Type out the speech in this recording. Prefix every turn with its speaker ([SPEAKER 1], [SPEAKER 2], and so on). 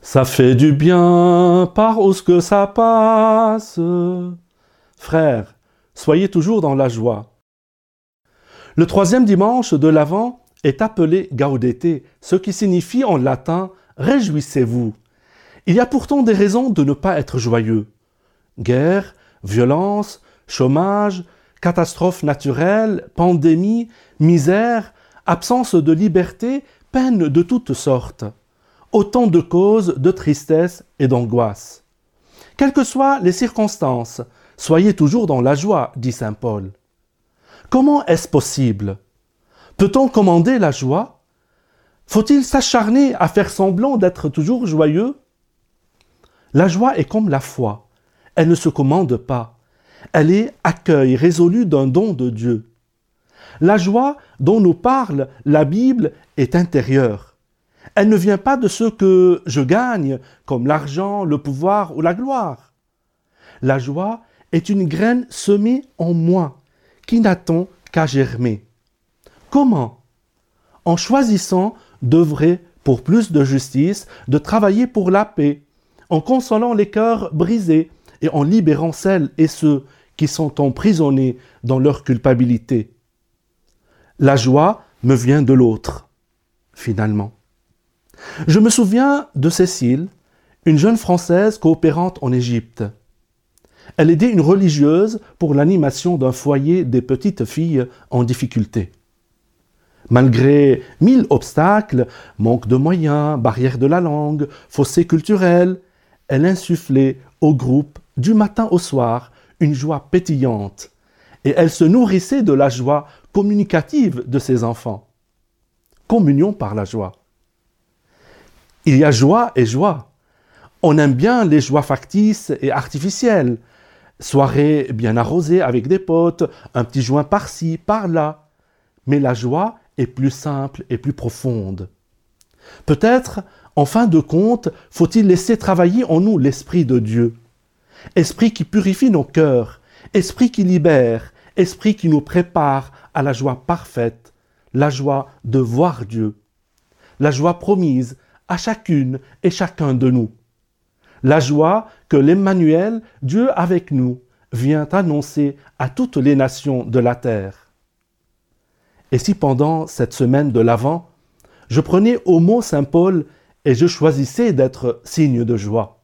[SPEAKER 1] Ça fait du bien par où ce que ça passe. Frères, soyez toujours dans la joie. Le troisième dimanche de l'Avent est appelé Gaudete, ce qui signifie en latin « réjouissez-vous ». Il y a pourtant des raisons de ne pas être joyeux. Guerre, violence, chômage, catastrophes naturelles, pandémie, misère, absence de liberté, peine de toutes sortes. Autant de causes de tristesse et d'angoisse. Quelles que soient les circonstances, soyez toujours dans la joie, dit saint Paul. Comment est-ce possible? Peut-on commander la joie? Faut-il s'acharner à faire semblant d'être toujours joyeux? La joie est comme la foi. Elle ne se commande pas. Elle est accueil résolu d'un don de Dieu. La joie dont nous parle la Bible est intérieure. Elle ne vient pas de ce que je gagne, comme l'argent, le pouvoir ou la gloire. La joie est une graine semée en moi, qui n'attend qu'à germer. Comment? En choisissant d'œuvrer pour plus de justice, de travailler pour la paix, en consolant les cœurs brisés et en libérant celles et ceux qui sont emprisonnés dans leur culpabilité. La joie me vient de l'autre, finalement. Je me souviens de Cécile, une jeune Française coopérante en Égypte. Elle aidait une religieuse pour l'animation d'un foyer des petites filles en difficulté. Malgré 1000 obstacles, manque de moyens, barrière de la langue, fossé culturel, elle insufflait au groupe, du matin au soir, une joie pétillante. Et elle se nourrissait de la joie communicative de ses enfants. Communion par la joie. Il y a joie et joie. On aime bien les joies factices et artificielles. Soirée bien arrosée avec des potes, un petit joint par-ci, par-là. Mais la joie est plus simple et plus profonde. Peut-être, en fin de compte, faut-il laisser travailler en nous l'Esprit de Dieu. Esprit qui purifie nos cœurs, esprit qui libère, esprit qui nous prépare à la joie parfaite, la joie de voir Dieu. La joie promise à chacune et chacun de nous. La joie que l'Emmanuel, Dieu avec nous, vient annoncer à toutes les nations de la terre. Et si pendant cette semaine de l'Avent, je prenais au mot saint Paul et je choisissais d'être signe de joie?